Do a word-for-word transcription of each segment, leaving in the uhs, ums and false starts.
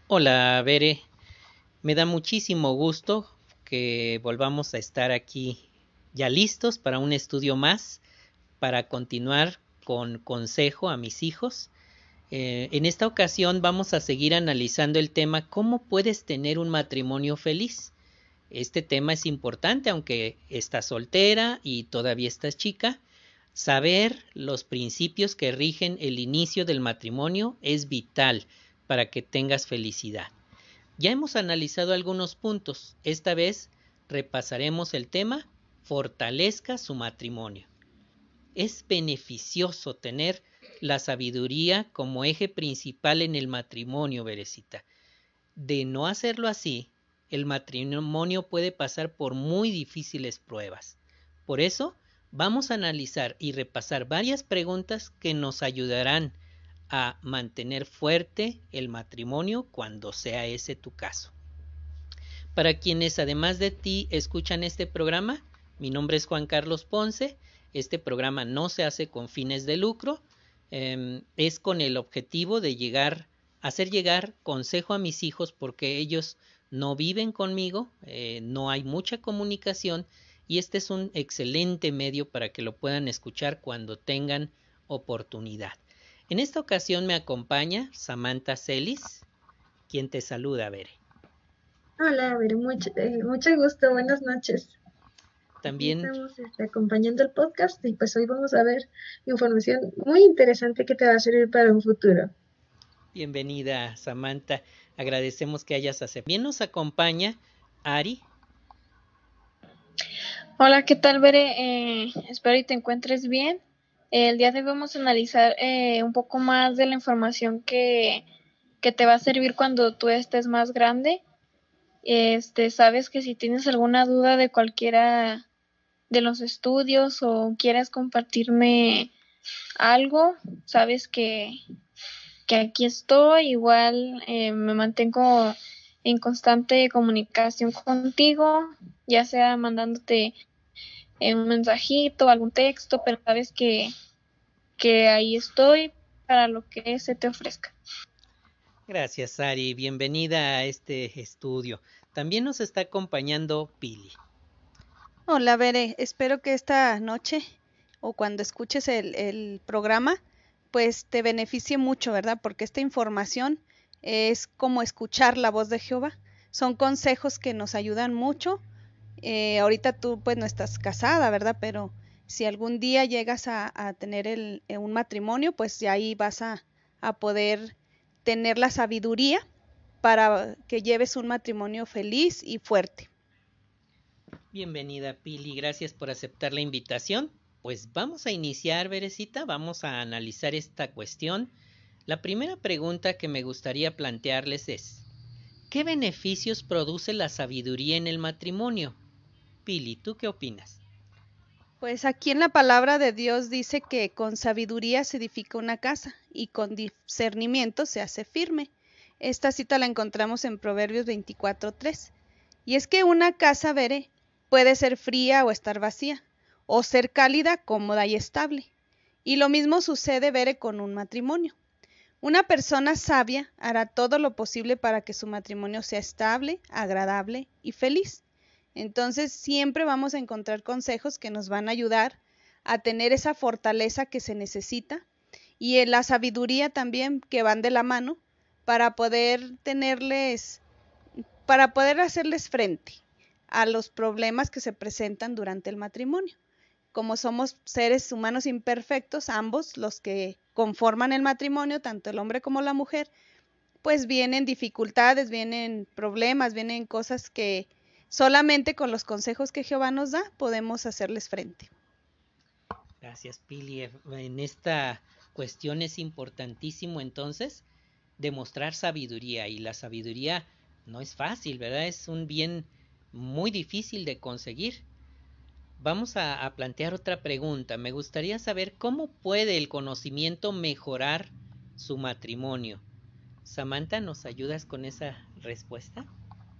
Hola, Bere. Me da muchísimo gusto que volvamos a estar aquí ya listos para un estudio más, para continuar con consejo a mis hijos. Eh, en esta ocasión vamos a seguir analizando el tema ¿cómo puedes tener un matrimonio feliz? Este tema es importante, aunque estás soltera y todavía estás chica. Saber los principios que rigen el inicio del matrimonio es vital para que tengas felicidad. Ya hemos analizado algunos puntos. Esta vez repasaremos el tema Fortalezca su matrimonio. Es beneficioso tener la sabiduría como eje principal en el matrimonio, Berecita. De no hacerlo así, el matrimonio puede pasar por muy difíciles pruebas. Por eso, vamos a analizar y repasar varias preguntas que nos ayudarán a mantener fuerte el matrimonio cuando sea ese tu caso. Para quienes además de ti escuchan este programa, mi nombre es Juan Carlos Ponce. Este programa no se hace con fines de lucro, eh, es con el objetivo de llegar, hacer llegar consejo a mis hijos porque ellos no viven conmigo, eh, no hay mucha comunicación y este es un excelente medio para que lo puedan escuchar cuando tengan oportunidad. En esta ocasión me acompaña Samantha Celis, quien te saluda, Bere. Hola, a ver, mucho, eh, mucho gusto, buenas noches. Aquí También estamos este, acompañando el podcast y pues hoy vamos a ver información muy interesante que te va a servir para un futuro. bienvenida, Samantha. Agradecemos que hayas aceptado. Bien nos acompaña Ari. Hola, ¿qué tal, Bere? Eh, espero y te encuentres bien. El día de hoy vamos a analizar eh, un poco más de la información que, que te va a servir cuando tú estés más grande. Este, sabes que si tienes alguna duda de cualquiera de los estudios o quieras compartirme algo, sabes que, que aquí estoy. Igual eh, me mantengo en constante comunicación contigo, ya sea mandándote en un mensajito, algún texto, pero sabes que, que ahí estoy para lo que se te ofrezca. Gracias, Ari. Bienvenida a este estudio. También nos está acompañando Pili. Hola, Bere. Espero que esta noche o cuando escuches el, el programa, pues te beneficie mucho, ¿verdad? Porque esta información es como escuchar la voz de Jehová. Son consejos que nos ayudan mucho. Eh, ahorita tú pues no estás casada, ¿verdad? Pero si algún día llegas a, a tener el, eh, un matrimonio, pues ya ahí vas a, a poder tener la sabiduría para que lleves un matrimonio feliz y fuerte. Bienvenida, Pili. Gracias por aceptar la invitación. Pues vamos a iniciar, Berecita. Vamos a analizar esta cuestión. La primera pregunta que me gustaría plantearles es, ¿qué beneficios produce la sabiduría en el matrimonio? Pili, ¿tú qué opinas? Pues aquí en la palabra de Dios dice que con sabiduría se edifica una casa y con discernimiento se hace firme. Esta cita la encontramos en Proverbios veinticuatro tres. Y es que una casa, Bere, puede ser fría o estar vacía, o ser cálida, cómoda y estable. Y lo mismo sucede, Bere, con un matrimonio. Una persona sabia hará todo lo posible para que su matrimonio sea estable, agradable y feliz. Entonces siempre vamos a encontrar consejos que nos van a ayudar a tener esa fortaleza que se necesita y en la sabiduría también que van de la mano para poder tenerles, para poder hacerles frente a los problemas que se presentan durante el matrimonio. Como somos seres humanos imperfectos, ambos los que conforman el matrimonio, tanto el hombre como la mujer, pues vienen dificultades, vienen problemas, vienen cosas que solamente con los consejos que Jehová nos da podemos hacerles frente. Gracias, Pili. En esta cuestión es importantísimo entonces demostrar sabiduría y la sabiduría no es fácil, ¿verdad? Es un bien muy difícil de conseguir. Vamos a, a plantear otra pregunta. Me gustaría saber cómo puede el conocimiento mejorar su matrimonio. Samantha, ¿nos ayudas con esa respuesta?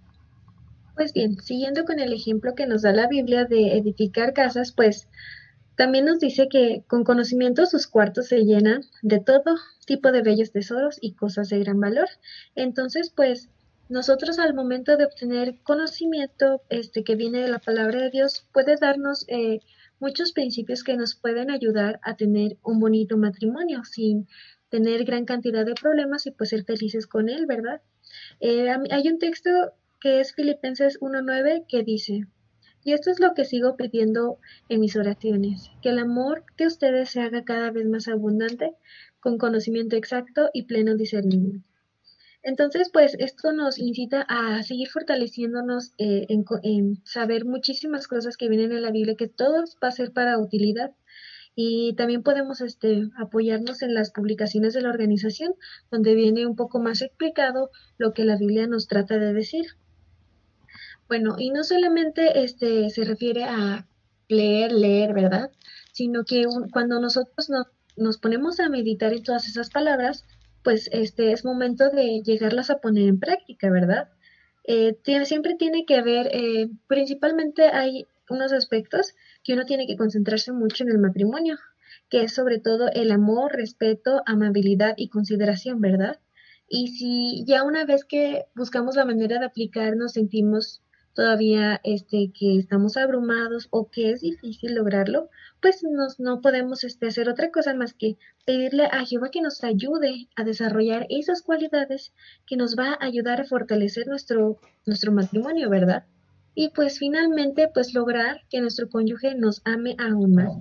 Pues bien, siguiendo con el ejemplo que nos da la Biblia de edificar casas, pues También nos dice que con conocimiento sus cuartos se llenan de todo tipo de bellos tesoros y cosas de gran valor. Entonces, pues nosotros al momento de obtener conocimiento este, que viene de la palabra de Dios, puede darnos eh, muchos principios que nos pueden ayudar a tener un bonito matrimonio sin tener gran cantidad de problemas y pues ser felices con él, ¿verdad? Eh, hay un texto que es Filipenses uno nueve que dice, y esto es lo que sigo pidiendo en mis oraciones, que el amor de ustedes se haga cada vez más abundante, con conocimiento exacto y pleno discernimiento. Entonces, pues esto nos incita a seguir fortaleciéndonos eh, en, en saber muchísimas cosas que vienen en la Biblia, que todo va a ser para utilidad. Y también podemos este, apoyarnos en las publicaciones de la organización, donde viene un poco más explicado lo que la Biblia nos trata de decir. Bueno, y no solamente este, se refiere a leer, leer, ¿verdad? Sino que un- cuando nosotros no- nos ponemos a meditar en todas esas palabras, pues este es momento de llegarlas a poner en práctica, ¿verdad? Eh, tiene- siempre tiene que haber, eh, principalmente hay unos aspectos que uno tiene que concentrarse mucho en el matrimonio, que es sobre todo el amor, respeto, amabilidad y consideración, ¿verdad? Y si ya una vez que buscamos la manera de aplicar nos sentimos todavía este, que estamos abrumados o que es difícil lograrlo, pues nos, no podemos este, hacer otra cosa más que pedirle a Jehová que nos ayude a desarrollar esas cualidades que nos va a ayudar a fortalecer nuestro, nuestro matrimonio, ¿verdad? Y pues finalmente, pues lograr que nuestro cónyuge nos ame aún más.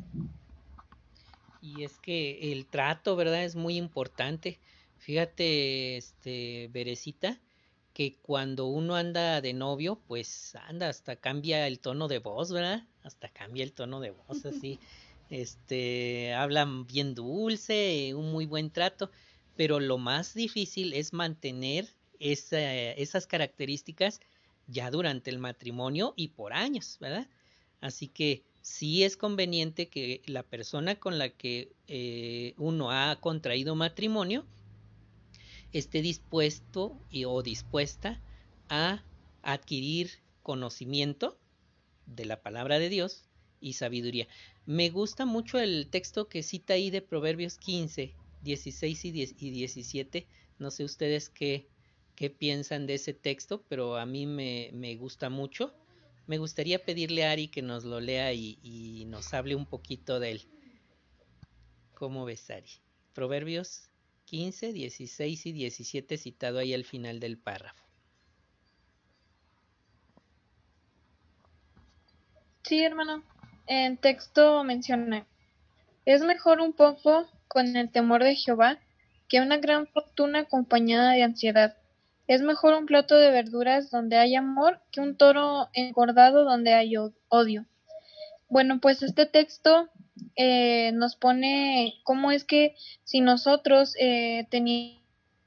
Y es que el trato, ¿verdad? Es muy importante. Fíjate, este, Berecita, que cuando uno anda de novio, pues anda, hasta cambia el tono de voz, ¿verdad? Hasta cambia el tono de voz, así. Este, hablan bien dulce, un muy buen trato, pero lo más difícil es mantener esa, esas características ya durante el matrimonio y por años, ¿verdad? Así que sí es conveniente que la persona con la que eh, uno ha contraído matrimonio esté dispuesto y, o dispuesta a adquirir conocimiento de la palabra de Dios y sabiduría. Me gusta mucho el texto que cita ahí de Proverbios quince, dieciséis y diecisiete. No sé ustedes qué, qué piensan de ese texto, pero a mí me, me gusta mucho. Me gustaría pedirle a Ari que nos lo lea y, y nos hable un poquito de él. ¿Cómo ves, Ari? Proverbios quince, dieciséis y diecisiete citado ahí al final del párrafo. Sí, hermano. En texto menciona, es mejor un poco con el temor de Jehová que una gran fortuna acompañada de ansiedad. Es mejor un plato de verduras donde hay amor que un toro engordado donde hay odio. Bueno, pues este texto eh, nos pone cómo es que si nosotros eh, teniendo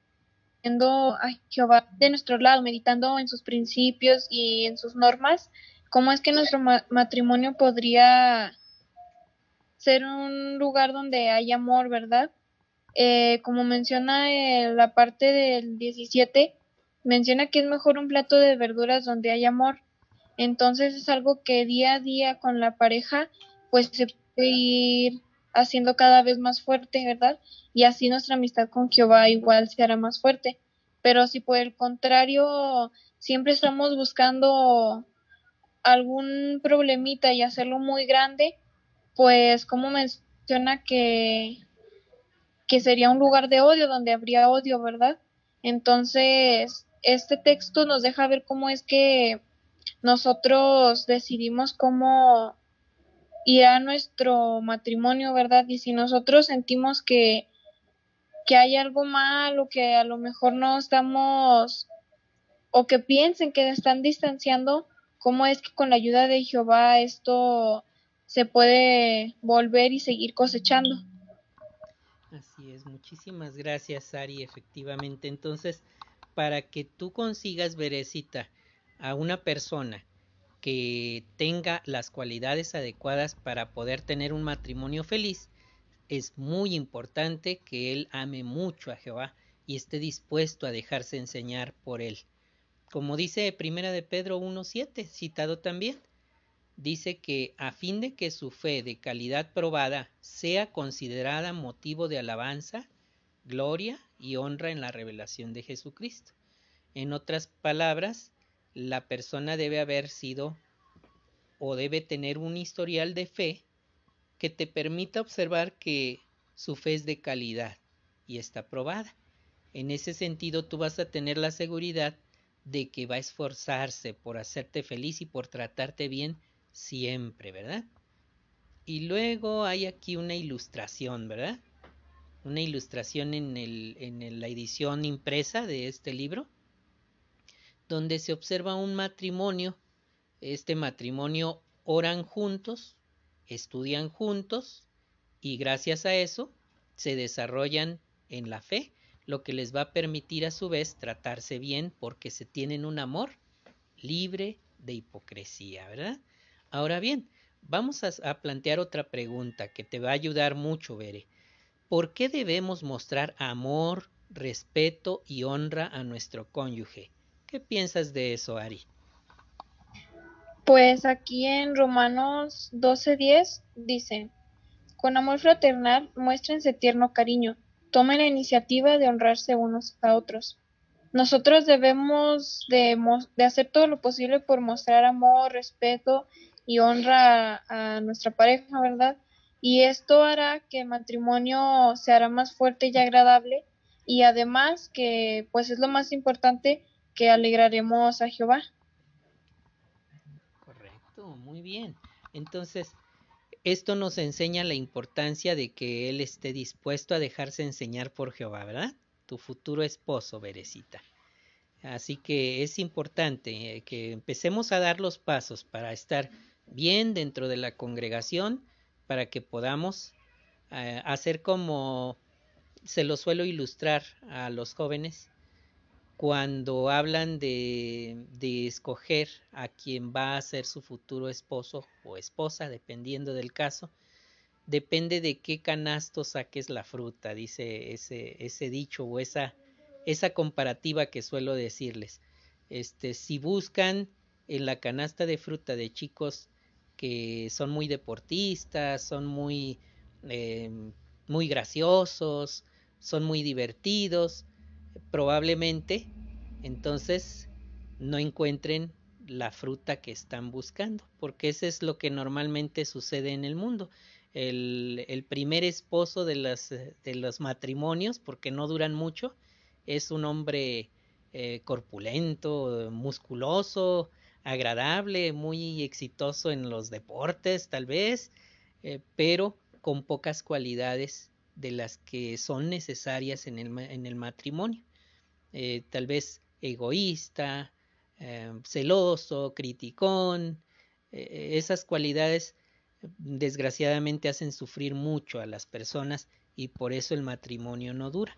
a Jehová de nuestro lado, meditando en sus principios y en sus normas, cómo es que nuestro ma matrimonio podría ser un lugar donde hay amor, ¿verdad? Eh, como menciona eh, la parte del diecisiete, menciona que es mejor un plato de verduras donde hay amor. Entonces es algo que día a día con la pareja, pues se puede ir haciendo cada vez más fuerte, ¿verdad? Y así nuestra amistad con Jehová igual se hará más fuerte. Pero si por el contrario siempre estamos buscando algún problemita y hacerlo muy grande, pues como menciona que, que sería un lugar de odio, donde habría odio, ¿verdad? Entonces, este texto nos deja ver cómo es que nosotros decidimos cómo irá nuestro matrimonio, ¿verdad? Y si nosotros sentimos que, que hay algo mal o que a lo mejor no estamos o que piensen que están distanciando, cómo es que con la ayuda de Jehová esto se puede volver y seguir cosechando. Así es, muchísimas gracias, Ari. Efectivamente, entonces, para que tú consigas, Berecita, a una persona que tenga las cualidades adecuadas para poder tener un matrimonio feliz, es muy importante que él ame mucho a Jehová y esté dispuesto a dejarse enseñar por él. Como dice Primera de Pedro uno siete, citado también, dice que a fin de que su fe de calidad probada sea considerada motivo de alabanza, gloria y honra en la revelación de Jesucristo. En otras palabras, la persona debe haber sido o debe tener un historial de fe que te permita observar que su fe es de calidad y está probada. En ese sentido, tú vas a tener la seguridad de que va a esforzarse por hacerte feliz y por tratarte bien siempre, ¿verdad? Y luego hay aquí una ilustración, ¿verdad? Una ilustración en, el, en la edición impresa de este libro, donde se observa un matrimonio. Este matrimonio oran juntos, estudian juntos y gracias a eso se desarrollan en la fe, lo que les va a permitir a su vez tratarse bien porque se tienen un amor libre de hipocresía, ¿verdad? Ahora bien, vamos a, a plantear otra pregunta que te va a ayudar mucho, Bere. ¿Por qué debemos mostrar amor, respeto y honra a nuestro cónyuge? ¿Qué piensas de eso, Ari? Pues aquí en Romanos doce diez dice: con amor fraternal muéstrense tierno cariño, tomen la iniciativa de honrarse unos a otros. Nosotros debemos de, de hacer todo lo posible por mostrar amor, respeto y honra a, a nuestra pareja, ¿verdad? Y esto hará que el matrimonio se hará más fuerte y agradable, y además que pues es lo más importante, que alegraremos a Jehová. Correcto, muy bien. Entonces, esto nos enseña la importancia de que él esté dispuesto a dejarse enseñar por Jehová, ¿verdad? Tu futuro esposo, Berecita. Así que es importante eh, que empecemos a dar los pasos para estar bien dentro de la congregación, para que podamos eh, hacer como se lo suelo ilustrar a los jóvenes cuando hablan de, de escoger a quien va a ser su futuro esposo o esposa, dependiendo del caso. Depende de qué canasto saques la fruta, dice ese, ese dicho o esa, esa comparativa que suelo decirles. Este, si buscan en la canasta de fruta de chicos que son muy deportistas, son muy, eh, muy graciosos, son muy divertidos, probablemente entonces no encuentren la fruta que están buscando, porque eso es lo que normalmente sucede en el mundo. El, el primer esposo de, las, de los matrimonios, porque no duran mucho, es un hombre eh, corpulento, musculoso, agradable, muy exitoso en los deportes tal vez, eh, pero con pocas cualidades de las que son necesarias en el, en el matrimonio. Eh, tal vez egoísta, eh, celoso, criticón, eh, esas cualidades desgraciadamente hacen sufrir mucho a las personas y por eso el matrimonio no dura.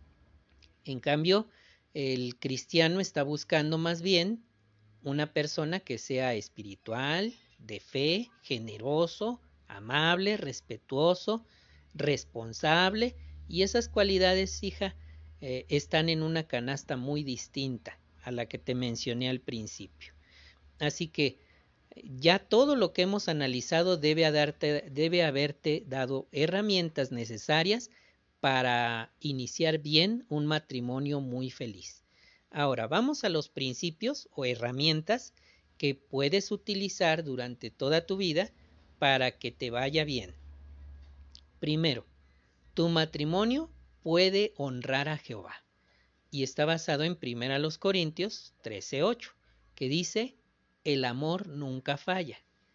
En cambio, el cristiano está buscando más bien una persona que sea espiritual, de fe, generoso, amable, respetuoso, responsable, y esas cualidades, hija, eh, están en una canasta muy distinta a la que te mencioné al principio. Así que ya todo lo que hemos analizado debe, darte, debe haberte dado herramientas necesarias para iniciar bien un matrimonio muy feliz. Ahora vamos a los principios o herramientas que puedes utilizar durante toda tu vida para que te vaya bien. Primero, tu matrimonio puede honrar a Jehová y está basado en primera Corintios trece ocho, que dice: el amor nunca falla.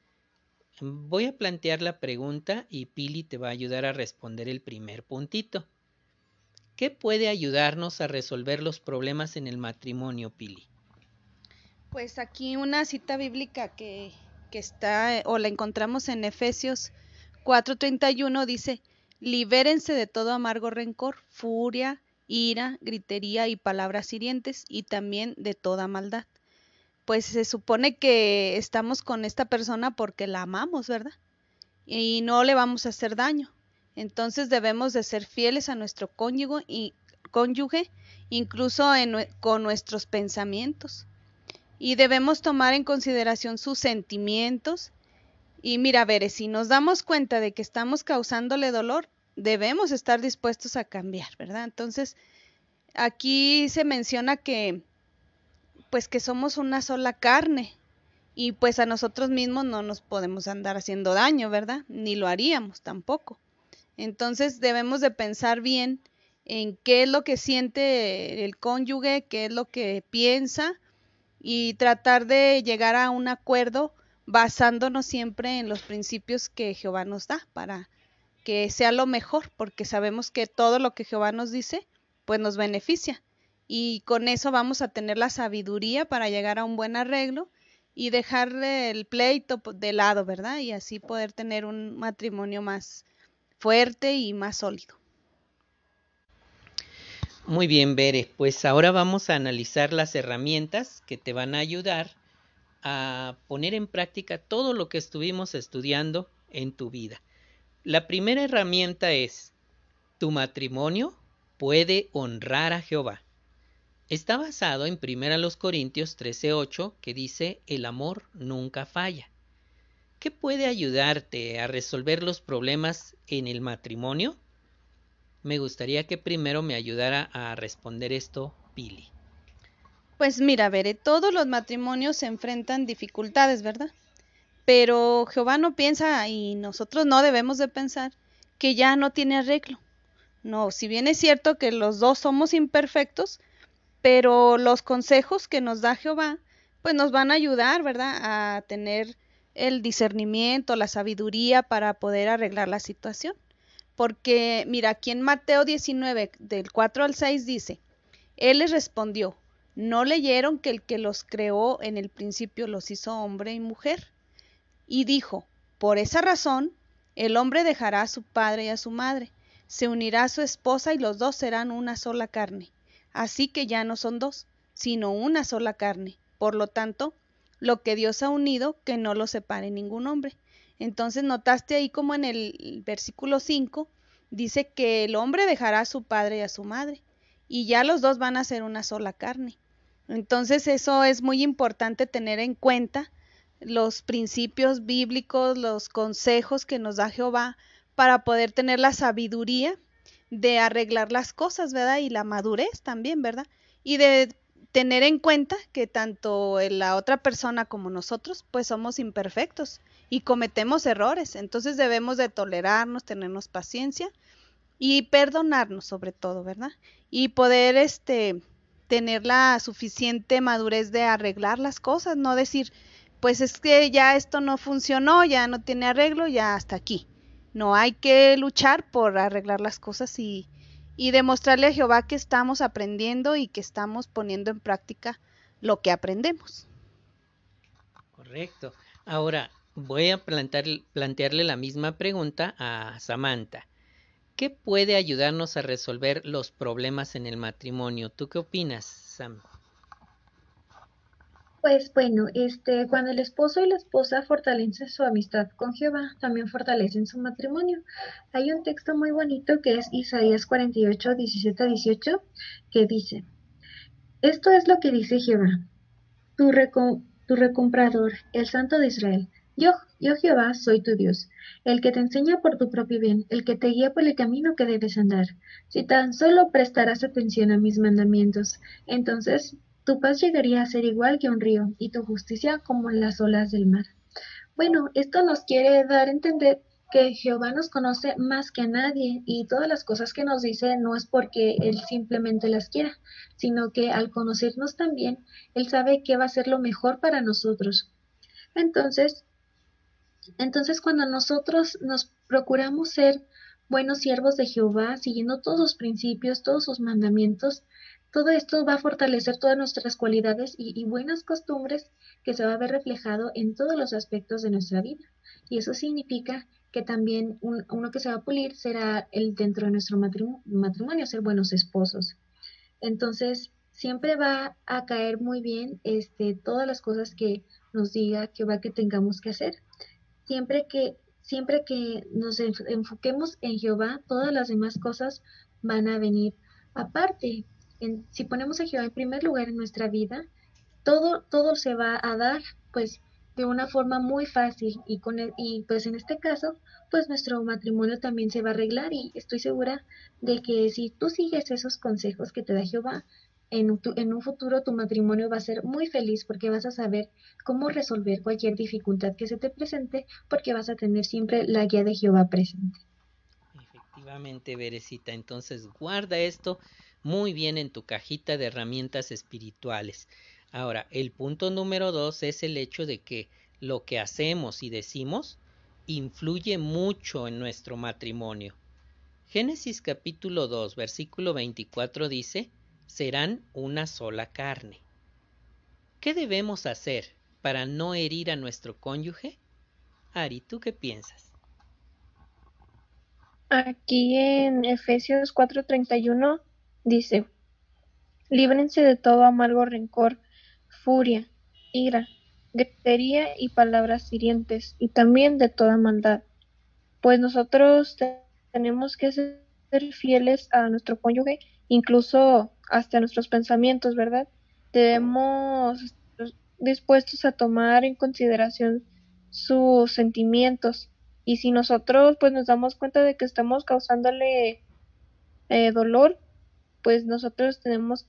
Voy a plantear la pregunta y Pili te va a ayudar a responder el primer puntito. ¿Qué puede ayudarnos a resolver los problemas en el matrimonio, Pili? Pues aquí una cita bíblica que, que está o la encontramos en Efesios cuatro treinta y uno, dice: libérense de todo amargo rencor, furia, ira, gritería y palabras hirientes, y también de toda maldad. Pues se supone que estamos con esta persona porque la amamos, ¿verdad? Y no le vamos a hacer daño. Entonces debemos de ser fieles a nuestro cónyuge, y, cónyuge incluso en, con nuestros pensamientos. Y debemos tomar en consideración sus sentimientos Y mira, Bere, si nos damos cuenta de que estamos causándole dolor, debemos estar dispuestos a cambiar, ¿verdad? Entonces, aquí se menciona que, pues que somos una sola carne y pues a nosotros mismos no nos podemos andar haciendo daño, ¿verdad? Ni lo haríamos tampoco. Entonces debemos de pensar bien en qué es lo que siente el cónyuge, qué es lo que piensa y tratar de llegar a un acuerdo basándonos siempre en los principios que Jehová nos da para que sea lo mejor, porque sabemos que todo lo que Jehová nos dice, pues nos beneficia. Y con eso vamos a tener la sabiduría para llegar a un buen arreglo y dejar el pleito de lado, ¿verdad? Y así poder tener un matrimonio más fuerte y más sólido. Muy bien, Bere, pues ahora vamos a analizar las herramientas que te van a ayudar a poner en práctica todo lo que estuvimos estudiando en tu vida. La primera herramienta es: tu matrimonio puede honrar a Jehová. Está basado en primera Corintios trece ocho, que dice: el amor nunca falla. ¿Qué puede ayudarte a resolver los problemas en el matrimonio? Me gustaría que primero me ayudara a responder esto, Pili. Pues mira, Bere, todos los matrimonios se enfrentan dificultades, ¿verdad? Pero Jehová no piensa, y nosotros no debemos de pensar, que ya no tiene arreglo. No, si bien es cierto que los dos somos imperfectos, pero los consejos que nos da Jehová, pues nos van a ayudar, ¿verdad?, a tener el discernimiento, la sabiduría para poder arreglar la situación. Porque, mira, aquí en Mateo diecinueve, del cuatro al seis dice: Él les respondió: ¿no leyeron que el que los creó en el principio los hizo hombre y mujer? Y dijo: por esa razón, el hombre dejará a su padre y a su madre, se unirá a su esposa y los dos serán una sola carne. Así que ya no son dos, sino una sola carne. Por lo tanto, lo que Dios ha unido, que no lo separe ningún hombre. Entonces notaste ahí como en el versículo cinco, dice que el hombre dejará a su padre y a su madre, y ya los dos van a ser una sola carne. Entonces eso es muy importante tener en cuenta, los principios bíblicos, los consejos que nos da Jehová para poder tener la sabiduría de arreglar las cosas, ¿verdad? Y la madurez también, ¿verdad? Y de tener en cuenta que tanto la otra persona como nosotros, pues somos imperfectos y cometemos errores. Entonces debemos de tolerarnos, tenernos paciencia y perdonarnos sobre todo, ¿verdad? Y poder este tener la suficiente madurez de arreglar las cosas, no decir, pues es que ya esto no funcionó, ya no tiene arreglo, ya hasta aquí. No, hay que luchar por arreglar las cosas y, y demostrarle a Jehová que estamos aprendiendo y que estamos poniendo en práctica lo que aprendemos. Correcto. Ahora voy a plantear, plantearle la misma pregunta a Samantha. ¿Qué puede ayudarnos a resolver los problemas en el matrimonio? ¿Tú qué opinas, Sam? Pues bueno, este, cuando el esposo y la esposa fortalecen su amistad con Jehová, también fortalecen su matrimonio. Hay un texto muy bonito que es Isaías cuarenta y ocho, diecisiete a dieciocho, que dice: esto es lo que dice Jehová, tu, reco tu recomprador, el Santo de Israel. Yo, yo Jehová, soy tu Dios, el que te enseña por tu propio bien, el que te guía por el camino que debes andar. Si tan solo prestarás atención a mis mandamientos, entonces tu paz llegaría a ser igual que un río, y tu justicia como las olas del mar. Bueno, esto nos quiere dar a entender que Jehová nos conoce más que a nadie, y todas las cosas que nos dice no es porque Él simplemente las quiera, sino que al conocernos también, Él sabe qué va a ser lo mejor para nosotros. Entonces, entonces cuando nosotros nos procuramos ser buenos siervos de Jehová, siguiendo todos sus principios, todos sus mandamientos, todo esto va a fortalecer todas nuestras cualidades y, y buenas costumbres, que se va a ver reflejado en todos los aspectos de nuestra vida. Y eso significa que también un, uno que se va a pulir será el dentro de nuestro matrimonio, matrimonio, ser buenos esposos. Entonces, siempre va a caer muy bien este, todas las cosas que nos diga Jehová que tengamos que hacer. Siempre que, siempre que nos enfoquemos en Jehová, todas las demás cosas van a venir aparte. En, si ponemos a Jehová en primer lugar en nuestra vida, todo, todo se va a dar, pues de una forma muy fácil y con el- y pues en este caso pues nuestro matrimonio también se va a arreglar y estoy segura de que si tú sigues esos consejos que te da Jehová en un, tu- en un futuro tu matrimonio va a ser muy feliz porque vas a saber cómo resolver cualquier dificultad que se te presente porque vas a tener siempre la guía de Jehová presente. Efectivamente, Berecita. Entonces guarda esto muy bien en tu cajita de herramientas espirituales. Ahora, el punto número dos es el hecho de que lo que hacemos y decimos influye mucho en nuestro matrimonio. Génesis capítulo dos, versículo veinticuatro dice, serán una sola carne. ¿Qué debemos hacer para no herir a nuestro cónyuge? Ari, ¿tú qué piensas? Aquí en Efesios cuatro treinta y uno dice, líbrense de todo amargo rencor, furia, ira, gritería y palabras hirientes, y también de toda maldad. Pues nosotros te- tenemos que ser fieles a nuestro cónyuge, incluso hasta nuestros pensamientos, ¿verdad? Debemos estar dispuestos a tomar en consideración sus sentimientos. Y si nosotros pues nos damos cuenta de que estamos causándole eh, dolor, pues nosotros tenemos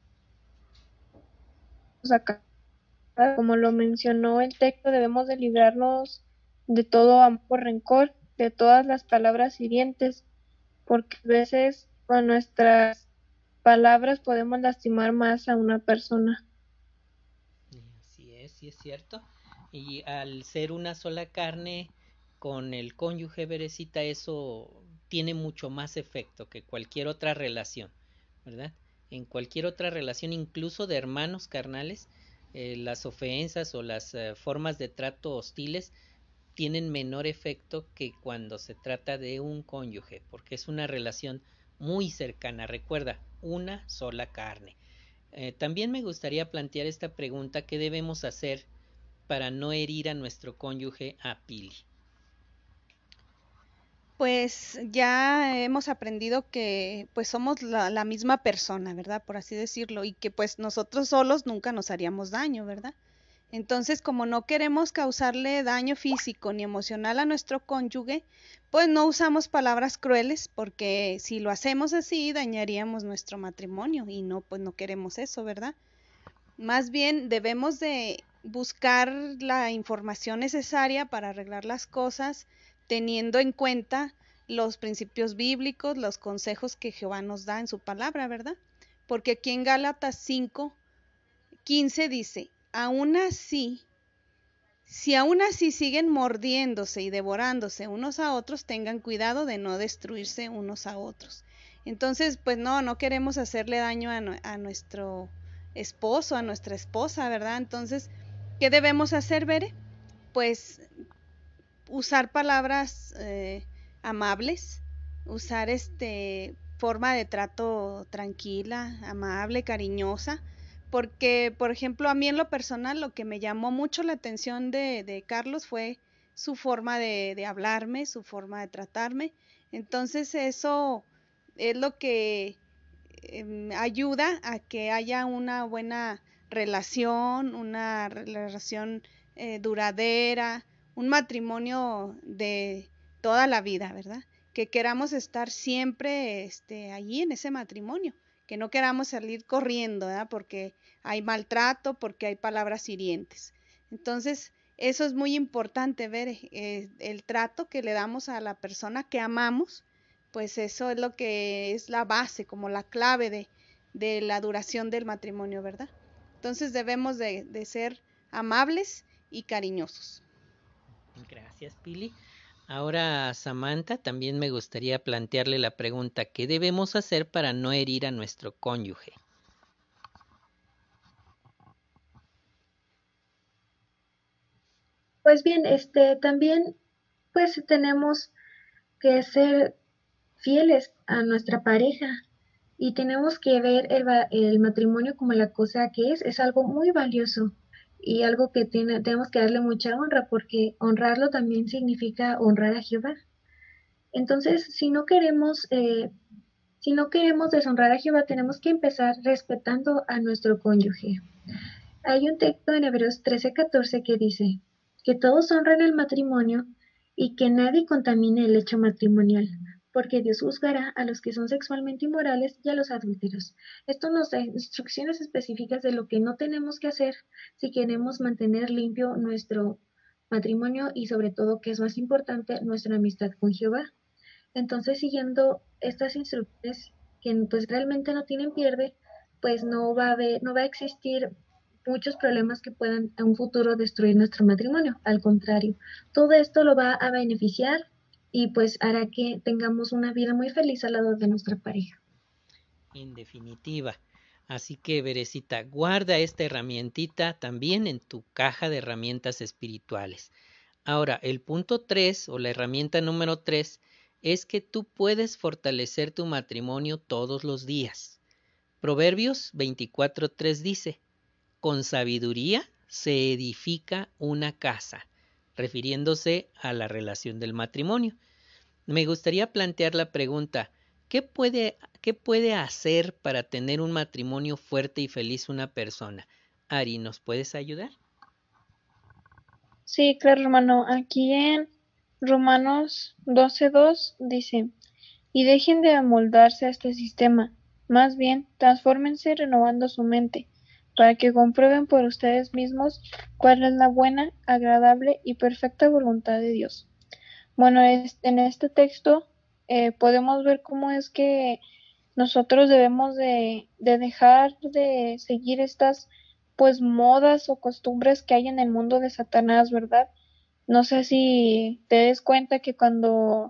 que sacar, como lo mencionó el texto, debemos de librarnos de todo amor por rencor, de todas las palabras hirientes, porque a veces con nuestras palabras podemos lastimar más a una persona. Así es, sí es cierto. Y al ser una sola carne con el cónyuge, Berecita, eso tiene mucho más efecto que cualquier otra relación, ¿verdad? En cualquier otra relación, incluso de hermanos carnales, eh, las ofensas o las eh, formas de trato hostiles tienen menor efecto que cuando se trata de un cónyuge, porque es una relación muy cercana. Recuerda, una sola carne. Eh, también me gustaría plantear esta pregunta: ¿qué debemos hacer para no herir a nuestro cónyuge? A Pili. Pues ya hemos aprendido que pues somos la, la misma persona, ¿verdad? Por así decirlo, y que pues nosotros solos nunca nos haríamos daño, ¿verdad? Entonces, como no queremos causarle daño físico ni emocional a nuestro cónyuge, pues no usamos palabras crueles, porque si lo hacemos así dañaríamos nuestro matrimonio y no, pues no queremos eso, ¿verdad? Más bien debemos de buscar la información necesaria para arreglar las cosas, teniendo en cuenta los principios bíblicos, los consejos que Jehová nos da en su palabra, ¿verdad? Porque aquí en Gálatas cinco quince dice, aún así, si aún así siguen mordiéndose y devorándose unos a otros, tengan cuidado de no destruirse unos a otros. Entonces, pues no, no queremos hacerle daño a, a nuestro esposo, a nuestra esposa, ¿verdad? Entonces, ¿qué debemos hacer, Bere? Pues usar palabras eh, amables, usar este forma de trato tranquila, amable, cariñosa, porque, por ejemplo, a mí en lo personal lo que me llamó mucho la atención de, de Carlos fue su forma de, de hablarme, su forma de tratarme. Entonces eso es lo que eh, ayuda a que haya una buena relación, una relación eh, duradera, un matrimonio de toda la vida, ¿verdad? Que queramos estar siempre este, allí en ese matrimonio, que no queramos salir corriendo, ¿verdad? Porque hay maltrato, porque hay palabras hirientes. Entonces, eso es muy importante ver eh, el trato que le damos a la persona que amamos, pues eso es lo que es la base, como la clave de, de la duración del matrimonio, ¿verdad? Entonces debemos de, de ser amables y cariñosos. Gracias, Pili. Ahora, Samantha, también me gustaría plantearle la pregunta: ¿qué debemos hacer para no herir a nuestro cónyuge? Pues bien, este también pues tenemos que ser fieles a nuestra pareja y tenemos que ver el, el matrimonio como la cosa que es, es algo muy valioso y algo que tiene, tenemos que darle mucha honra porque honrarlo también significa honrar a Jehová. Entonces, si no queremos, eh, si no queremos deshonrar a Jehová, tenemos que empezar respetando a nuestro cónyuge. Hay un texto en Hebreos trece catorce que dice, que todos honren el matrimonio y que nadie contamine el hecho matrimonial, porque Dios juzgará a los que son sexualmente inmorales y a los adúlteros. Esto nos da instrucciones específicas de lo que no tenemos que hacer si queremos mantener limpio nuestro matrimonio y sobre todo, que es más importante, nuestra amistad con Jehová. Entonces, siguiendo estas instrucciones que pues realmente no tienen pierde, pues no va a haber, no va a existir muchos problemas que puedan en un futuro destruir nuestro matrimonio. Al contrario, todo esto lo va a beneficiar y pues hará que tengamos una vida muy feliz al lado de nuestra pareja. En definitiva. Así que, Berecita, guarda esta herramientita también en tu caja de herramientas espirituales. Ahora, el punto tres o la herramienta número tres es que tú puedes fortalecer tu matrimonio todos los días. Proverbios veinticuatro tres dice, con sabiduría se edifica una casa, refiriéndose a la relación del matrimonio. Me gustaría plantear la pregunta, ¿qué puede, qué puede hacer para tener un matrimonio fuerte y feliz una persona? Ari, ¿nos puedes ayudar? Sí, claro, hermano. Aquí en Romanos doce dos dice, y dejen de amoldarse a este sistema, más bien transfórmense renovando su mente, para que comprueben por ustedes mismos cuál es la buena, agradable y perfecta voluntad de Dios. Bueno, es, en este texto eh, podemos ver cómo es que nosotros debemos de, de dejar de seguir estas pues modas o costumbres que hay en el mundo de Satanás, ¿verdad? No sé si te des cuenta que cuando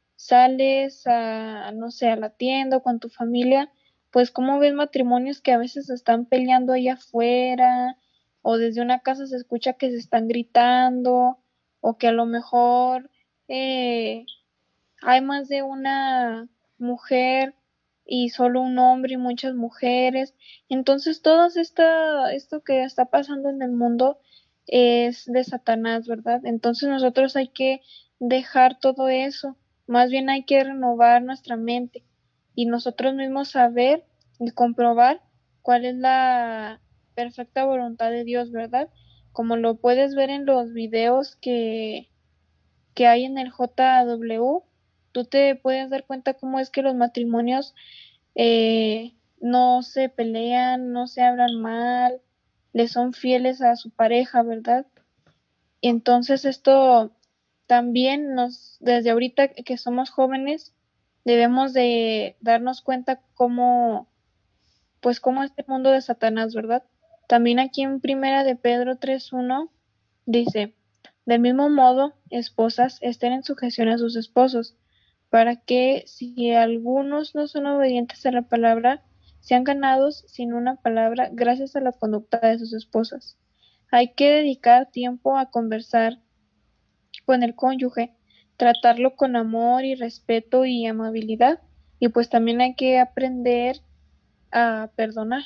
sales a, no sé, a la tienda o con tu familia, pues cómo ves matrimonios que a veces se están peleando ahí afuera, o desde una casa se escucha que se están gritando, o que a lo mejor eh, hay más de una mujer y solo un hombre y muchas mujeres. Entonces, todo esta, esto que está pasando en el mundo es de Satanás, ¿verdad? Entonces, nosotros hay que dejar todo eso. Más bien hay que renovar nuestra mente y nosotros mismos saber y comprobar cuál es la perfecta voluntad de Dios, ¿verdad? Como lo puedes ver en los videos que, que hay en el J W, tú te puedes dar cuenta cómo es que los matrimonios eh, no se pelean, no se hablan mal, le son fieles a su pareja, ¿verdad? Y entonces esto también nos, desde ahorita que somos jóvenes, debemos de darnos cuenta cómo, pues cómo este mundo de Satanás, ¿verdad? También aquí en Primera de Pedro tres uno dice, del mismo modo, esposas, estén en sujeción a sus esposos, para que si algunos no son obedientes a la palabra, sean ganados sin una palabra gracias a la conducta de sus esposas. Hay que dedicar tiempo a conversar con el cónyuge, tratarlo con amor y respeto y amabilidad, y pues también hay que aprender a perdonar.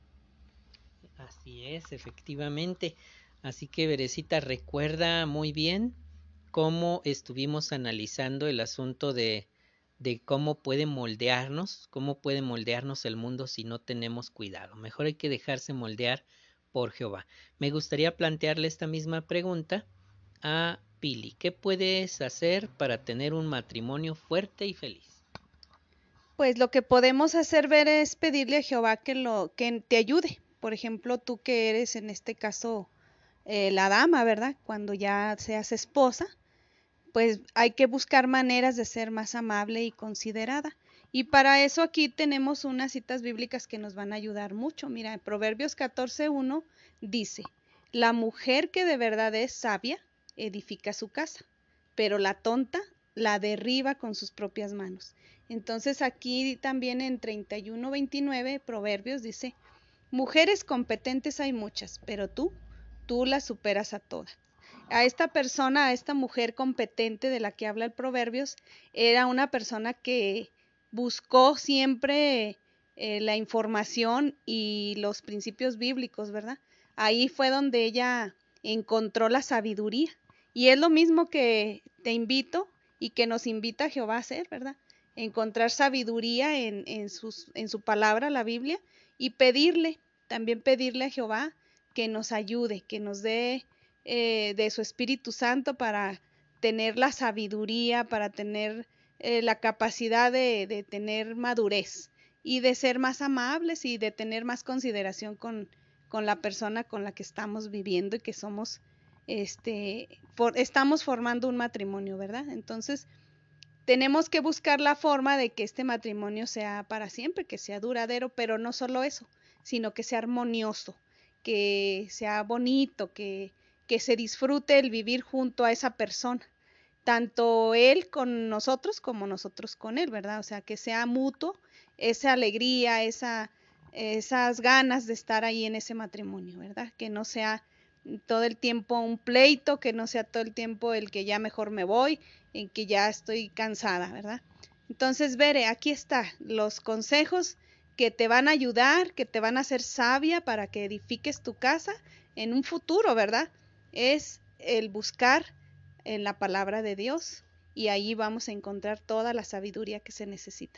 Así es, efectivamente. Así que, Berecita, recuerda muy bien cómo estuvimos analizando el asunto de, de cómo puede moldearnos, cómo puede moldearnos el mundo si no tenemos cuidado. Mejor hay que dejarse moldear por Jehová. Me gustaría plantearle esta misma pregunta a Pili. ¿Qué puedes hacer para tener un matrimonio fuerte y feliz? Pues lo que podemos hacer ver es pedirle a Jehová que lo que te ayude. Por ejemplo, tú que eres en este caso eh, la dama, ¿verdad? Cuando ya seas esposa, pues hay que buscar maneras de ser más amable y considerada. Y para eso aquí tenemos unas citas bíblicas que nos van a ayudar mucho. Mira, en Proverbios catorce uno dice, la mujer que de verdad es sabia edifica su casa, pero la tonta la derriba con sus propias manos. Entonces aquí también en treinta y uno veintinueve Proverbios dice, mujeres competentes hay muchas, pero tú, tú las superas a todas. A esta persona, a esta mujer competente de la que habla el Proverbios, era una persona que buscó siempre eh, la información y los principios bíblicos, ¿verdad? Ahí fue donde ella encontró la sabiduría. Y es lo mismo que te invito y que nos invita Jehová a hacer, ¿verdad? Encontrar sabiduría en, en, sus, en su palabra, la Biblia, y pedirle, también pedirle a Jehová que nos ayude, que nos dé eh, de su Espíritu Santo para tener la sabiduría, para tener eh, la capacidad de, de tener madurez y de ser más amables y de tener más consideración con, con la persona con la que estamos viviendo y que somos, este, for, estamos formando un matrimonio, ¿verdad? Entonces, tenemos que buscar la forma de que este matrimonio sea para siempre, que sea duradero, pero no solo eso, sino que sea armonioso, que sea bonito, que, que se disfrute el vivir junto a esa persona, tanto él con nosotros como nosotros con él, ¿verdad? O sea, que sea mutuo esa alegría, esa, esas ganas de estar ahí en ese matrimonio, ¿verdad? Que no sea todo el tiempo un pleito, que no sea todo el tiempo el que ya mejor me voy, en que ya estoy cansada, ¿verdad? Entonces, Bere, aquí está, los consejos que te van a ayudar, que te van a hacer sabia para que edifiques tu casa en un futuro, ¿verdad? Es el buscar en la palabra de Dios y ahí vamos a encontrar toda la sabiduría que se necesita.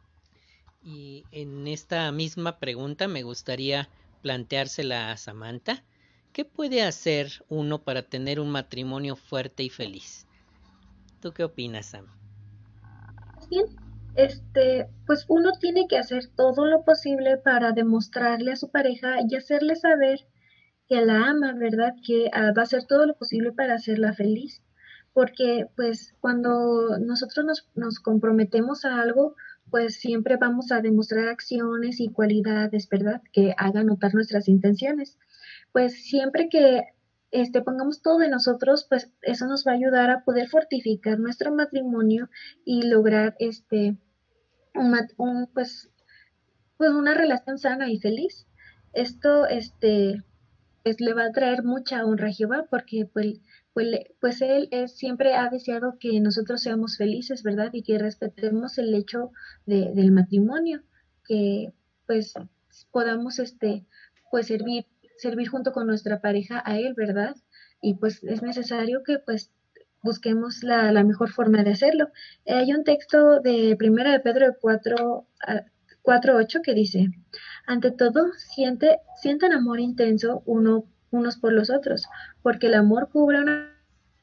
Y en esta misma pregunta me gustaría planteársela a Samantha. ¿Qué puede hacer uno para tener un matrimonio fuerte y feliz? ¿Tú qué opinas, Sam? Bien, este, pues uno tiene que hacer todo lo posible para demostrarle a su pareja y hacerle saber que la ama, ¿verdad? Que ah, va a hacer todo lo posible para hacerla feliz. Porque pues cuando nosotros nos, nos comprometemos a algo, pues siempre vamos a demostrar acciones y cualidades, ¿verdad? Que hagan notar nuestras intenciones. Pues siempre que este, pongamos todo de nosotros, pues eso nos va a ayudar a poder fortificar nuestro matrimonio y lograr este, un, un, pues, pues una relación sana y feliz. Esto, este, pues le va a traer mucha honra a Jehová porque pues, pues, pues Él es, siempre ha deseado que nosotros seamos felices, ¿verdad? Y que respetemos el hecho de, del matrimonio, que pues podamos este, pues servir, servir junto con nuestra pareja a Él, ¿verdad? Y pues es necesario que pues busquemos la, la mejor forma de hacerlo. Eh, hay un texto de Primera de Pedro cuatro, cuatro ocho que dice, ante todo, siente, sientan amor intenso uno, unos por los otros, porque el amor cubre una...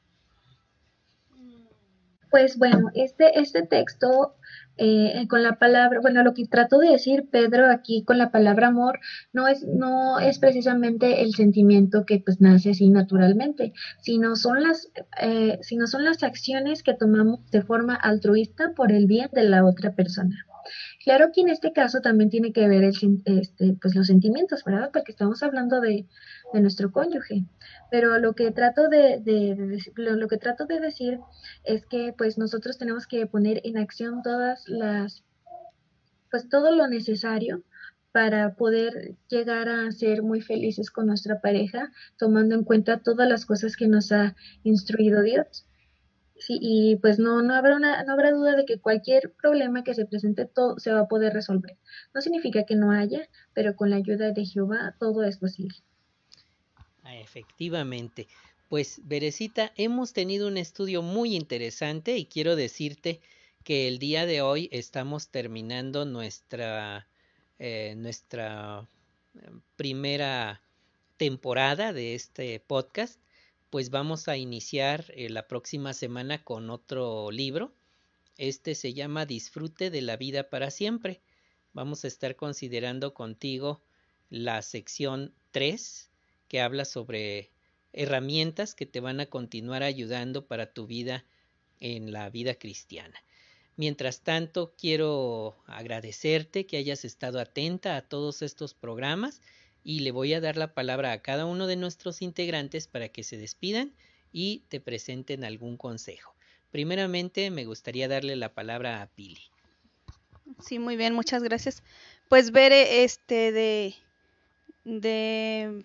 Pues bueno, este, este texto eh, con la palabra, bueno, lo que trató de decir Pedro aquí con la palabra amor no es, no es precisamente el sentimiento que pues nace así naturalmente, sino son las, eh, sino son las acciones que tomamos de forma altruista por el bien de la otra persona. Claro que en este caso también tiene que ver el, este, pues los sentimientos, ¿verdad? Porque estamos hablando de, de nuestro cónyuge. Pero lo que trato de, de, de lo, lo, que trato de decir es que pues nosotros tenemos que poner en acción todas las, pues todo lo necesario para poder llegar a ser muy felices con nuestra pareja, tomando en cuenta todas las cosas que nos ha instruido Dios. Sí, y pues no, no habrá una, no habrá duda de que cualquier problema que se presente todo se va a poder resolver. No significa que no haya, pero con la ayuda de Jehová todo es posible. Efectivamente. Pues, Berecita, hemos tenido un estudio muy interesante y quiero decirte que el día de hoy estamos terminando nuestra, eh, nuestra primera temporada de este podcast. Pues vamos a iniciar eh, la próxima semana con otro libro. Este se llama Disfrute de la vida para siempre. Vamos a estar considerando contigo la sección tres, que habla sobre herramientas que te van a continuar ayudando para tu vida en la vida cristiana. Mientras tanto, quiero agradecerte que hayas estado atenta a todos estos programas y le voy a dar la palabra a cada uno de nuestros integrantes para que se despidan y te presenten algún consejo. Primeramente, me gustaría darle la palabra a Pili. Sí, muy bien, muchas gracias. Pues Bere, este de, de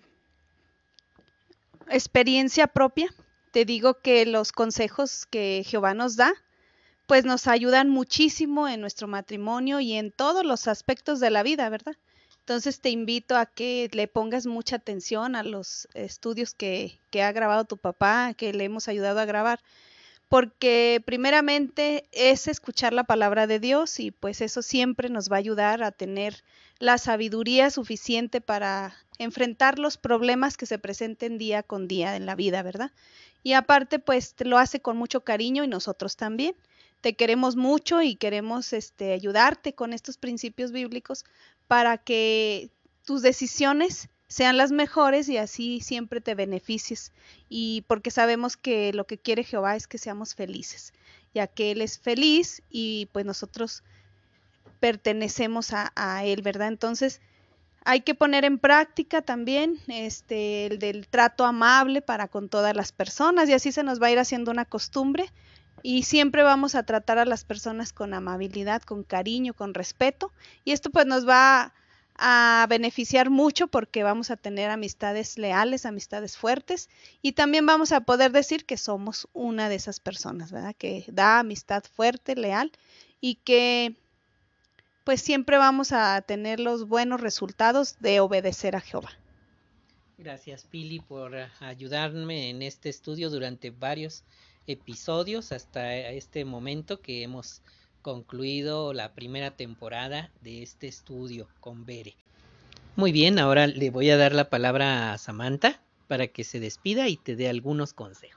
experiencia propia, te digo que los consejos que Jehová nos da, pues nos ayudan muchísimo en nuestro matrimonio y en todos los aspectos de la vida, ¿verdad? Entonces te invito a que le pongas mucha atención a los estudios que, que ha grabado tu papá, que le hemos ayudado a grabar, porque primeramente es escuchar la palabra de Dios y pues eso siempre nos va a ayudar a tener la sabiduría suficiente para enfrentar los problemas que se presenten día con día en la vida, ¿verdad? Y aparte, pues te lo hace con mucho cariño y nosotros también. Te queremos mucho y queremos este, ayudarte con estos principios bíblicos para que tus decisiones sean las mejores y así siempre te beneficies. Y porque sabemos que lo que quiere Jehová es que seamos felices, ya que Él es feliz y pues nosotros pertenecemos a, a Él, ¿verdad? Entonces hay que poner en práctica también este, el del trato amable para con todas las personas y así se nos va a ir haciendo una costumbre y siempre vamos a tratar a las personas con amabilidad, con cariño, con respeto y esto pues nos va a beneficiar mucho porque vamos a tener amistades leales, amistades fuertes y también vamos a poder decir que somos una de esas personas, ¿verdad? Que da amistad fuerte, leal y que pues siempre vamos a tener los buenos resultados de obedecer a Jehová. Gracias, Pili, por ayudarme en este estudio durante varios episodios hasta este momento que hemos concluido la primera temporada de este estudio con Bere. Muy bien, ahora le voy a dar la palabra a Samantha para que se despida y te dé algunos consejos.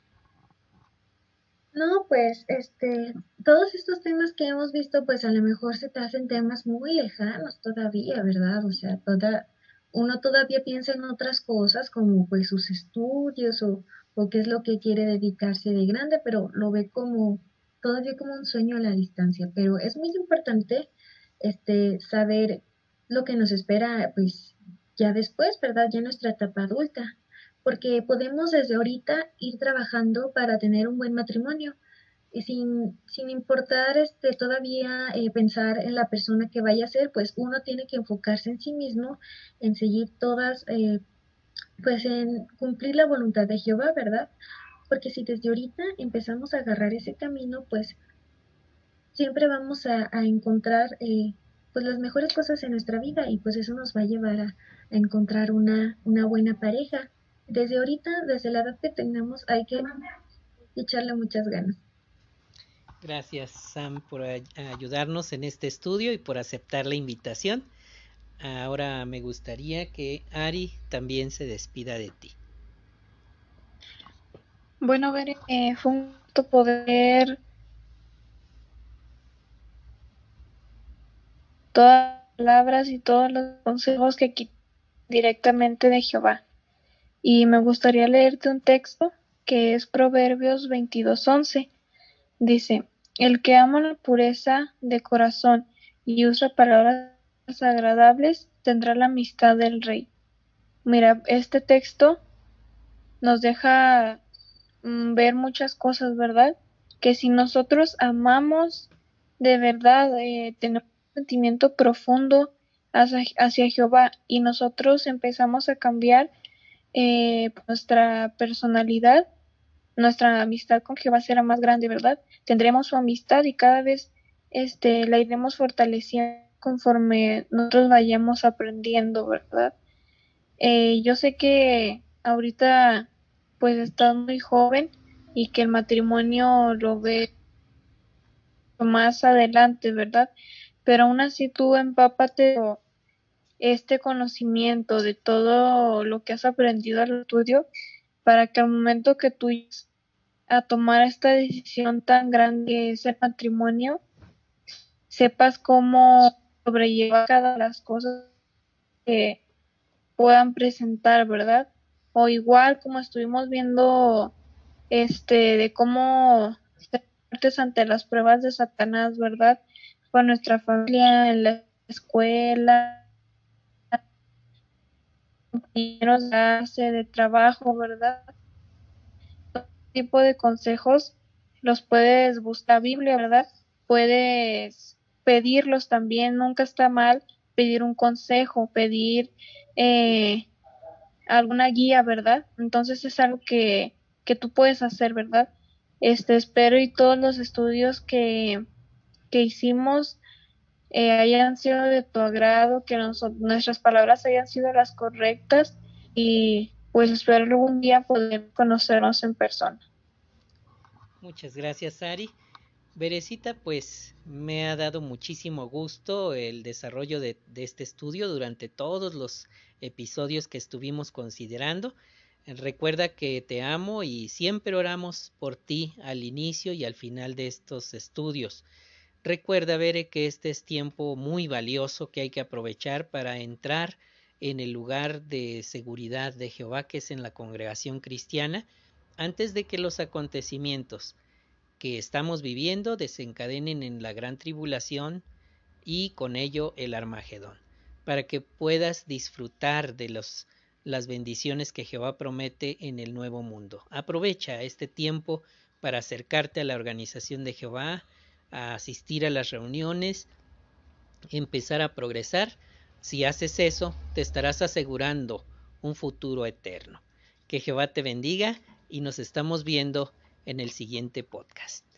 No, pues, este, todos estos temas que hemos visto, pues a lo mejor se te hacen temas muy lejanos todavía, ¿verdad? O sea, toda, uno todavía piensa en otras cosas como pues sus estudios o, o qué es lo que quiere dedicarse de grande, pero lo ve como, todavía como un sueño a la distancia. Pero es muy importante, este, saber lo que nos espera, pues, ya después, ¿verdad? Ya en nuestra etapa adulta porque podemos desde ahorita ir trabajando para tener un buen matrimonio y sin, sin importar este, todavía eh, pensar en la persona que vaya a ser, pues uno tiene que enfocarse en sí mismo, en seguir todas, eh, pues en cumplir la voluntad de Jehová, ¿verdad? Porque si desde ahorita empezamos a agarrar ese camino, pues siempre vamos a, a encontrar eh, pues las mejores cosas en nuestra vida y pues eso nos va a llevar a, a encontrar una, una buena pareja. Desde ahorita, desde la edad que tengamos, hay que echarle muchas ganas. Gracias, Sam, por ayudarnos en este estudio y por aceptar la invitación. Ahora me gustaría que Ari también se despida de ti. Bueno, Bere, eh, fue un gusto poder todas las palabras y todos los consejos que aquí directamente de Jehová. Y me gustaría leerte un texto que es Proverbios veintidós once. Dice, el que ama la pureza de corazón y usa palabras agradables tendrá la amistad del rey. Mira, este texto nos deja mm, ver muchas cosas, ¿verdad? Que si nosotros amamos de verdad, eh, tenemos un sentimiento profundo hacia, hacia Jehová y nosotros empezamos a cambiar eh, nuestra personalidad, nuestra amistad con Jehová será más grande, ¿verdad? Tendremos su amistad y cada vez este, la iremos fortaleciendo conforme nosotros vayamos aprendiendo, ¿verdad? Eh, yo sé que ahorita pues estás muy joven y que el matrimonio lo ve más adelante, ¿verdad? Pero aún así tú empápate este conocimiento de todo lo que has aprendido al estudio para que al momento que tú a tomar esta decisión tan grande que es el matrimonio, sepas cómo sobrellevar cada una de las cosas que puedan presentar, ¿verdad? O igual como estuvimos viendo este de cómo ser fuertes ante las pruebas de Satanás, ¿verdad? Con nuestra familia, en la escuela, compañeros de clase, de trabajo, ¿verdad? Todo tipo de consejos los puedes buscar en la Biblia, ¿verdad? Puedes pedirlos también, nunca está mal pedir un consejo, pedir eh, alguna guía, ¿verdad? Entonces es algo que, que tú puedes hacer, ¿verdad? Este, espero y todos los estudios que, que hicimos eh, hayan sido de tu agrado, que nos, nuestras palabras hayan sido las correctas y pues espero algún día poder conocernos en persona. Muchas gracias, Ari. Berecita, pues me ha dado muchísimo gusto el desarrollo de, de este estudio durante todos los episodios que estuvimos considerando. Recuerda que te amo y siempre oramos por ti al inicio y al final de estos estudios. Recuerda, Bere, que este es tiempo muy valioso que hay que aprovechar para entrar en el lugar de seguridad de Jehová, que es en la congregación cristiana, antes de que los acontecimientos que estamos viviendo desencadenen en la gran tribulación y con ello el Armagedón, para que puedas disfrutar de los, las bendiciones que Jehová promete en el nuevo mundo. Aprovecha este tiempo para acercarte a la organización de Jehová, a asistir a las reuniones, empezar a progresar. Si haces eso, te estarás asegurando un futuro eterno. Que Jehová te bendiga y nos estamos viendo en el siguiente podcast.